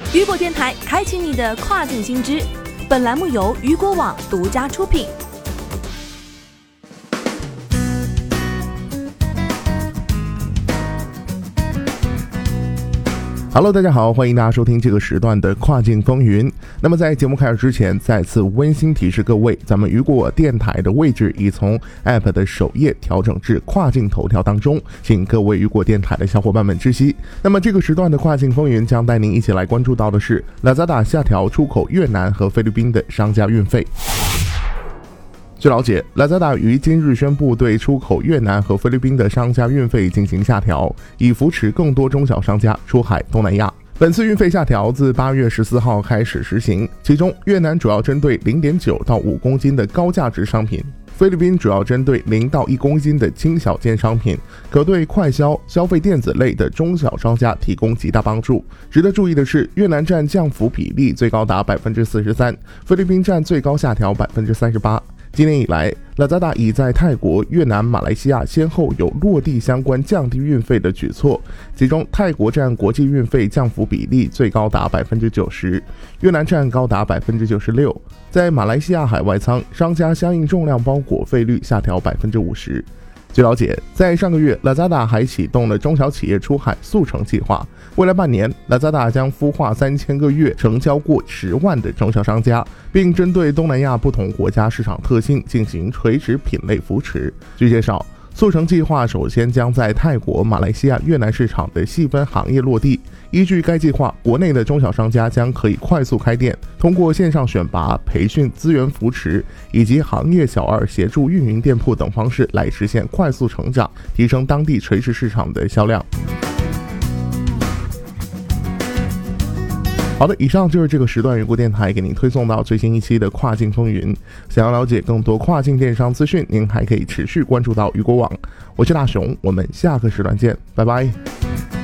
雨果电台开启你的跨境新知，本栏目由雨果网独家出品。 Hello， 大家好，欢迎大家收听这个时段的跨境风云。那么在节目开始之前，再次温馨提示各位，咱们雨果电台的位置已从 App 的首页调整至跨境头条当中，请各位雨果电台的小伙伴们知悉。那么这个时段的跨境风云将带您一起来关注到的是 Lazada 下调出口越南和菲律宾的商家运费。据了解 ，Lazada 于今日宣布对出口越南和菲律宾的商家运费进行下调，以扶持更多中小商家出海东南亚。本次运费下调自8月14号开始实行，其中越南主要针对 0.9 到5公斤的高价值商品，菲律宾主要针对0到1公斤的轻小件商品，可对快消、消费电子类的中小商家提供极大帮助。值得注意的是，越南占降幅比例最高达 43%， 菲律宾占最高下调 38%。今年以来 ，Lazada 已在泰国、越南、马来西亚先后有落地相关降低运费的举措，其中泰国占国际运费降幅比例最高达 90%， 越南占高达 96%。在马来西亚海外仓，商家相应重量包裹费率下调 50%。据了解，在上个月 ，Lazada 还启动了中小企业出海速成计划。未来半年 ，Lazada 将孵化3000个月成交过10万的中小商家，并针对东南亚不同国家市场特性进行垂直品类扶持。据介绍，速成计划首先将在泰国、马来西亚、越南市场的细分行业落地。依据该计划，国内的中小商家将可以快速开店，通过线上选拔、培训、资源扶持以及行业小二协助运营店铺等方式来实现快速成长，提升当地垂直市场的销量。好的，以上就是这个时段雨果电台给您推送到最新一期的跨境风云。想要了解更多跨境电商资讯，您还可以持续关注到雨果网。我是大熊，我们下个时段见，拜拜。